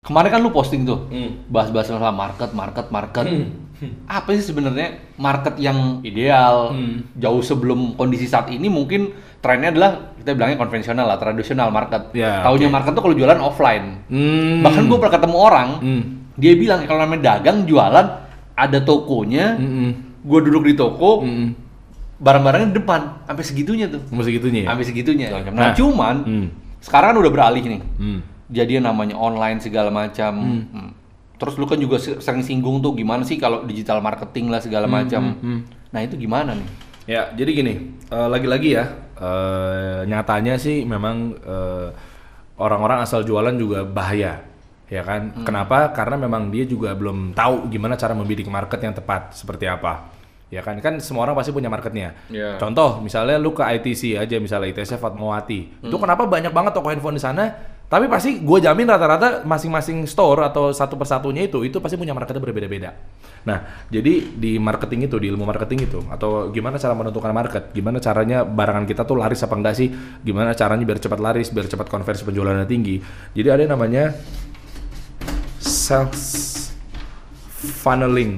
Kemarin kan lu posting tuh, bahas-bahas masalah market. Apa sih sebenarnya market yang ideal? Jauh sebelum kondisi saat ini mungkin trennya adalah kita bilangnya konvensional lah, tradisional market. Ya, Taunya market tuh kalau jualan offline. Bahkan gue pernah ketemu orang, dia bilang kalau namanya dagang jualan ada tokonya, gue duduk di toko, barang-barangnya di depan, sampai segitunya tuh. Sampai segitunya. Nah, cuman sekarang kan udah beralih nih. Jadi yang namanya online segala macam. Terus lu kan juga sering singgung tuh gimana sih kalau digital marketing lah segala macam. Nah itu gimana nih? Ya jadi gini, lagi-lagi ya, nyatanya sih memang orang-orang asal jualan juga bahaya, ya kan? Kenapa? Karena memang dia juga belum tahu gimana cara membidik market yang tepat seperti apa. Ya kan semua orang pasti punya marketnya. Contoh misalnya lu ke ITC aja, misalnya ITC Fatmawati, itu kenapa banyak banget toko handphone di sana? Tapi pasti gue jamin rata-rata masing-masing store atau satu persatunya itu pasti punya marketnya berbeda-beda. Nah, jadi di marketing itu, di ilmu marketing itu, atau gimana cara menentukan market, gimana caranya barangan kita tuh laris apa enggak sih, gimana caranya biar cepat laris, biar cepat konversi penjualannya tinggi. Jadi ada yang namanya sales funneling.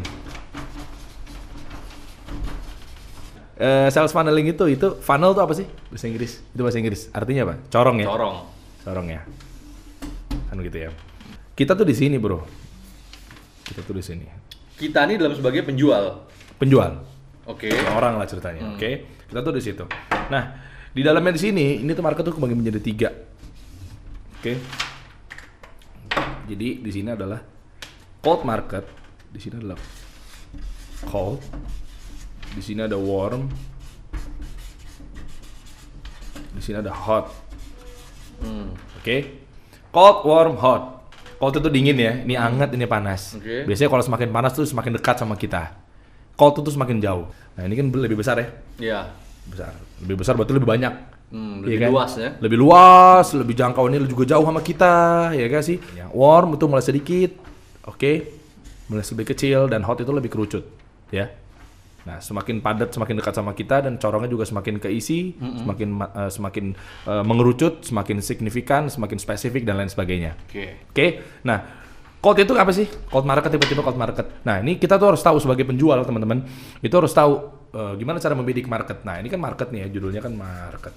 Sales funneling itu funnel tuh apa sih? Bahasa Inggris. Itu bahasa Inggris. Artinya apa? Corong ya? Corong ya. Kan gitu ya. Kita tuh di sini, Bro. Kita tuh di sini. Kita ini dalam sebagai penjual. Oke. Orang lah ceritanya. Oke. Kita tuh di situ. Nah, di dalamnya di sini, ini tuh market tuh kebagi menjadi 3. Oke. Jadi di sini adalah cold market. Di sini adalah cold. Di sini ada warm. Di sini ada hot. Oke. Cold, warm, hot. Cold itu dingin ya, ini hangat, ini panas. Biasanya kalau semakin panas tuh semakin dekat sama kita. Cold itu semakin jauh. Nah ini kan lebih besar ya? Iya. Lebih besar berarti lebih banyak. Lebih kan? Luas ya? Lebih luas, lebih jangkauannya juga jauh sama kita, ya kan sih? Yang warm itu mulai sedikit, oke, mulai lebih kecil, dan hot itu lebih kerucut, ya. Nah, semakin padat, semakin dekat sama kita, dan corongnya juga semakin keisi, semakin mengerucut, semakin signifikan, semakin spesifik, dan lain sebagainya. Oke. Nah, cold itu apa sih? Cold market, tiba-tiba cold market. Nah, ini kita tuh harus tahu sebagai penjual, teman-teman. Itu harus tahu gimana cara membidik market. Nah, ini kan market nih ya, judulnya kan market.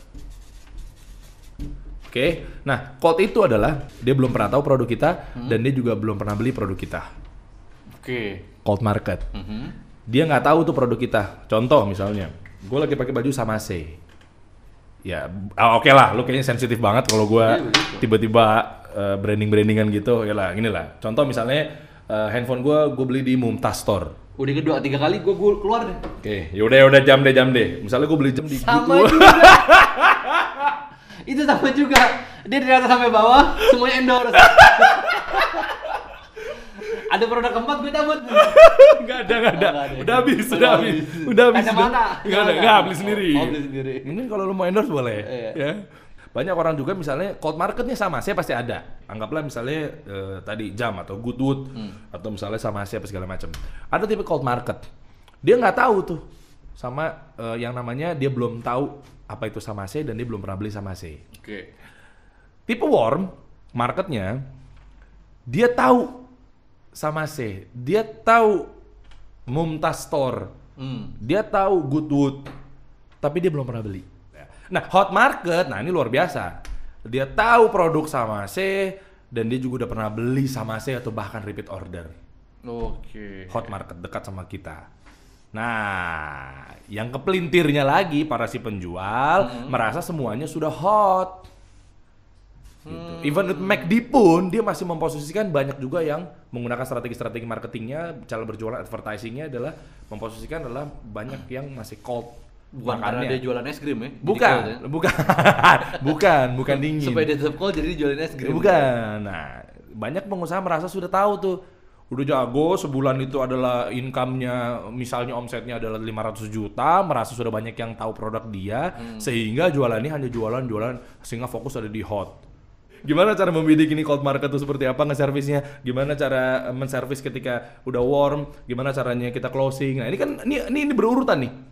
Oke. Nah, cold itu adalah dia belum pernah tahu produk kita, dan dia juga belum pernah beli produk kita. Cold market. Dia nggak tahu tuh produk kita. Contoh misalnya, gue lagi pakai baju Samase. Ya, oke lah, lu kayaknya sensitif banget kalau gue tiba-tiba branding-brandingan gitu. Ya lah, gini lah. Contoh misalnya handphone gue beli di Mumtaz Store. Udah kedua, 3 kali gue keluar deh. Oke, yaudah jam deh. Misalnya gue beli jam di sama juga. Itu sama juga. Dia dari atas sampai bawah semuanya endorse. Ada produk keempat gue cabut. Enggak ada. Udah habis. Kacamata. Enggak beli sendiri. Beli sendiri. Mungkin kalau lu mau endorse boleh. Iya. Ya. Banyak orang juga misalnya cold marketnya sama saya pasti ada. Anggaplah misalnya tadi jam atau Goodwood atau misalnya sama saya apa segala macam. Ada tipe cold market. Dia nggak tahu tuh sama yang namanya dia belum tahu apa itu sama saya dan dia belum pernah beli sama saya. Tipe warm marketnya dia tahu sama C, dia tahu Mumtaz Store, dia tahu Goodwood, tapi dia belum pernah beli. Nah, hot market, nah ini luar biasa. Dia tahu produk sama C, dan dia juga udah pernah beli sama C atau bahkan repeat order. Hot market dekat sama kita. Nah, yang kepelintirnya lagi para si penjual merasa semuanya sudah hot. Gitu. Even with McD pun dia masih memposisikan banyak juga yang menggunakan strategi marketingnya, cara berjualan advertisingnya adalah memposisikan adalah banyak yang masih cold. Bukan karena dia jualan es krim ya? Bukan dingin. Supaya dia tetap cold jadi jualan es krim. Bukan. Nah, banyak pengusaha merasa sudah tahu tuh. Udah jago, sebulan itu adalah income-nya, misalnya omsetnya adalah 500 juta, merasa sudah banyak yang tahu produk dia, sehingga jualannya hanya jualan, sehingga fokus ada di hot. Gimana cara membidik ini cold market itu seperti apa nge-servisnya? Gimana cara men-service ketika udah warm? Gimana caranya kita closing? Nah, ini kan ini berurutan nih.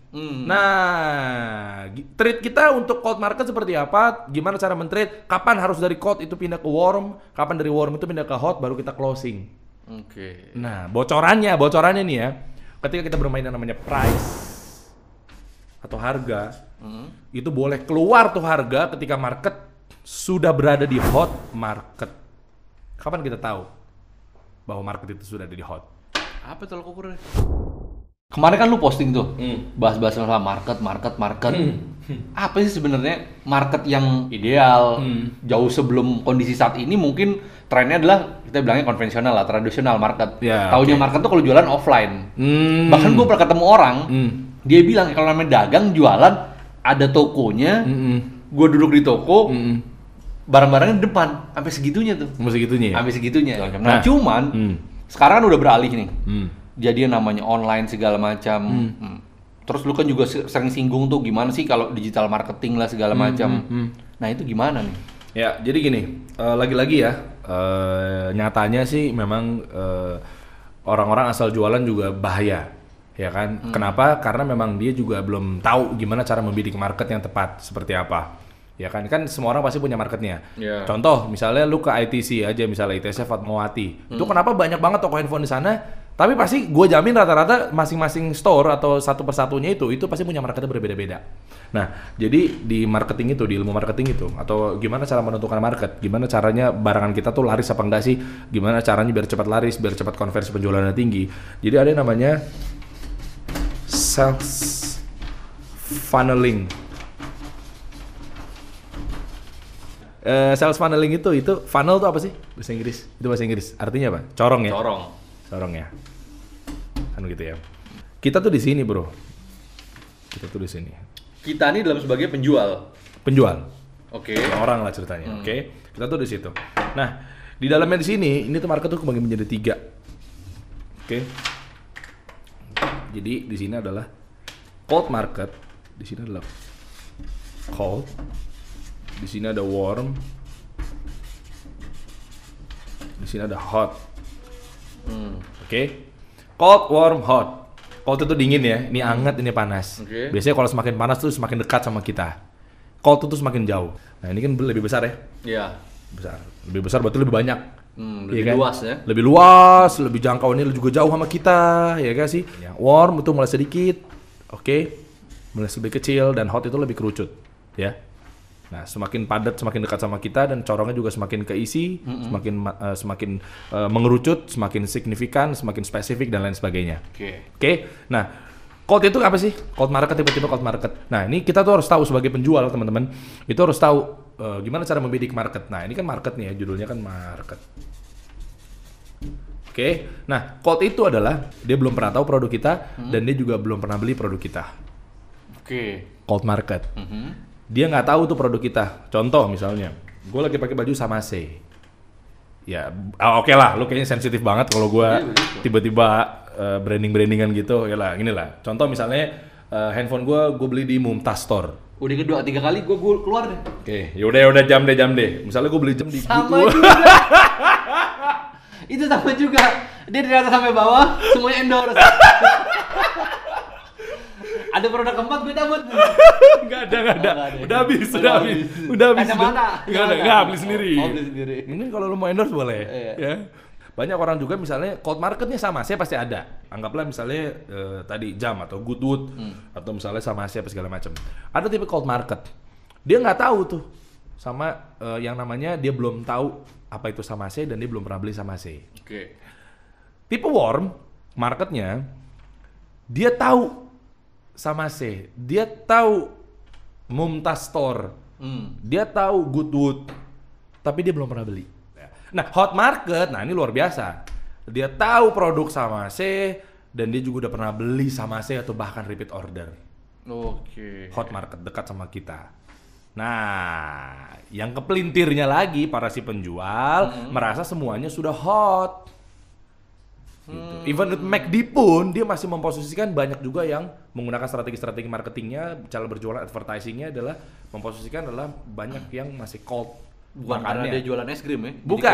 Nah, trade kita untuk cold market seperti apa? Gimana cara men-trade? Kapan harus dari cold itu pindah ke warm? Kapan dari warm itu pindah ke hot? Baru kita closing. Oke. Nah, bocorannya nih ya. Ketika kita bermain yang namanya price atau harga, itu boleh keluar tuh harga ketika market sudah berada di hot market. Kapan kita tahu bahwa market itu sudah ada di hot? Apa tolak ukurnya? Kemarin kan lu posting tuh, bahas-bahas masalah market. Apa sih sebenarnya market yang ideal? Jauh sebelum kondisi saat ini mungkin trennya adalah kita bilangnya konvensional lah, tradisional market. Ya, Taunya market tuh kalau jualan offline. Bahkan gue pernah ketemu orang, dia bilang kalau namanya dagang jualan ada tokonya, gue duduk di toko, barang-barangnya di depan, sampai segitunya tuh. Sampai segitunya. Nah, cuman sekarang kan udah beralih nih. Jadi namanya online segala macam. Terus lu kan juga sering singgung tuh gimana sih kalau digital marketing lah segala macam. Nah itu gimana nih? Ya jadi gini, lagi-lagi ya, nyatanya sih memang orang-orang asal jualan juga bahaya, ya kan? Kenapa? Karena memang dia juga belum tahu gimana cara membidik market yang tepat seperti apa. Ya kan semua orang pasti punya marketnya. Contoh misalnya lu ke ITC aja, misalnya ITC Fatmawati. Itu kenapa banyak banget toko handphone di sana? Tapi pasti gue jamin rata-rata masing-masing store atau satu persatunya itu pasti punya marketnya berbeda-beda. Nah, jadi di marketing itu, di ilmu marketing itu, atau gimana cara menentukan market, gimana caranya barangan kita tuh laris apa enggak sih, gimana caranya biar cepat laris, biar cepat konversi penjualannya tinggi. Jadi ada yang namanya sales funneling. Sales funneling itu funnel tuh apa sih bahasa Inggris? Itu bahasa Inggris. Artinya apa? Corong ya? Corong ya. Kan gitu ya. Kita tuh di sini, Bro. Kita nih dalam sebagai penjual. Oke. Orang lah ceritanya. Oke. Kita tuh di situ. Nah, di dalamnya di sini, ini tuh market tuh kebagi menjadi 3. Oke. Jadi di sini adalah cold market, di sini adalah cold, di sini ada warm, di sini ada hot. Oke. Cold, warm, hot. Cold itu dingin ya, ini hangat, ini panas. Biasanya kalau semakin panas tuh semakin dekat sama kita. Cold itu semakin jauh. Nah ini kan lebih besar ya? Iya. Lebih besar berarti lebih banyak. Lebih kan? Luas ya? Lebih luas, lebih jangkauannya juga jauh sama kita, ya kan sih? Ya, warm itu mulai sedikit, oke, mulai lebih kecil, dan hot itu lebih kerucut, ya. Nah, semakin padat, semakin dekat sama kita, dan corongnya juga semakin keisi, semakin mengerucut, semakin signifikan, semakin spesifik, dan lain sebagainya. Oke. Nah, cold itu apa sih? Cold market, tiba-tiba cold market. Nah, ini kita tuh harus tahu sebagai penjual, teman-teman. Itu harus tahu gimana cara membidik market. Nah, ini kan market nih ya, judulnya kan market. Oke. Nah, cold itu adalah dia belum pernah tahu produk kita, dan dia juga belum pernah beli produk kita. Cold market. Dia nggak tahu tuh produk kita. Contoh misalnya, gue lagi pakai baju Samase. Ya, oke lah, lu kayaknya sensitif banget kalau gue tiba-tiba branding-brandingan gitu. Ya lah, gini lah. Contoh misalnya handphone gue beli di Mumtaz Store. Udah kedua, 3 kali gue keluar deh. Oke, yaudah jam deh. Misalnya gue beli jam di sama juga. Itu sama juga. Dia dari atas sampai bawah semuanya endorse. Ada produk keempat gue cabut. Enggak ada. Udah habis. Kacamata. Enggak beli sendiri. Beli sendiri. Mungkin kalau lu mau endorse boleh. Iya. Ya. Banyak orang juga misalnya cold marketnya sama saya pasti ada. Anggaplah misalnya tadi jam atau Goodwood atau misalnya sama siapa segala macam. Ada tipe cold market. Dia nggak tahu tuh sama yang namanya dia belum tahu apa itu sama saya dan dia belum pernah beli sama saya. Tipe warm marketnya dia tahu sama C, dia tahu Mumtaz Store, dia tahu Goodwood, tapi dia belum pernah beli. Nah, hot market, nah ini luar biasa. Dia tahu produk sama C, dan dia juga udah pernah beli sama C atau bahkan repeat order. Hot market dekat sama kita. Nah, yang kepelintirnya lagi para si penjual merasa semuanya sudah hot. Gitu. Even with McD pun dia masih memposisikan banyak juga yang menggunakan strategi marketingnya, cara berjualan advertisingnya adalah memposisikan adalah banyak yang masih cold. Bukan karena dia jualan es krim ya?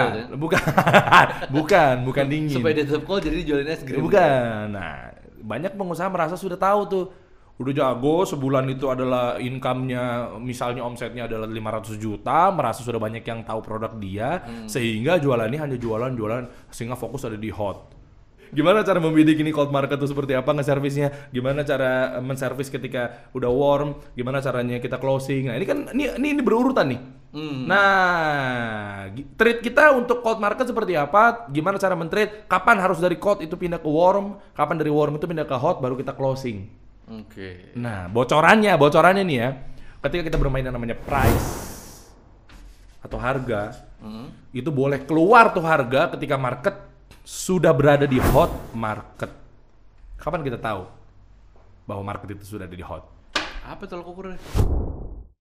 Bukan dingin. Supaya dia tetap cold jadi dia jualan es krim. Bukan. Nah, banyak pengusaha merasa sudah tahu tuh. udah jago, sebulan itu adalah income-nya, misalnya omsetnya adalah 500 juta, merasa sudah banyak yang tahu produk dia, sehingga jualannya hanya jualan, sehingga fokus ada di hot. Gimana cara membidik ini cold market itu seperti apa nge-servisnya? Gimana cara men-service ketika udah warm? Gimana caranya kita closing? Nah, ini kan ini berurutan nih. Nah, trade kita untuk cold market seperti apa? Gimana cara men-trade? Kapan harus dari cold itu pindah ke warm? Kapan dari warm itu pindah ke hot baru kita closing? Oke. Nah, bocorannya nih ya. Ketika kita bermain yang namanya price atau harga, itu boleh keluar tuh harga ketika market sudah berada di hot market. Kapan kita tahu bahwa market itu sudah ada di hot? Apa tolak ukurnya?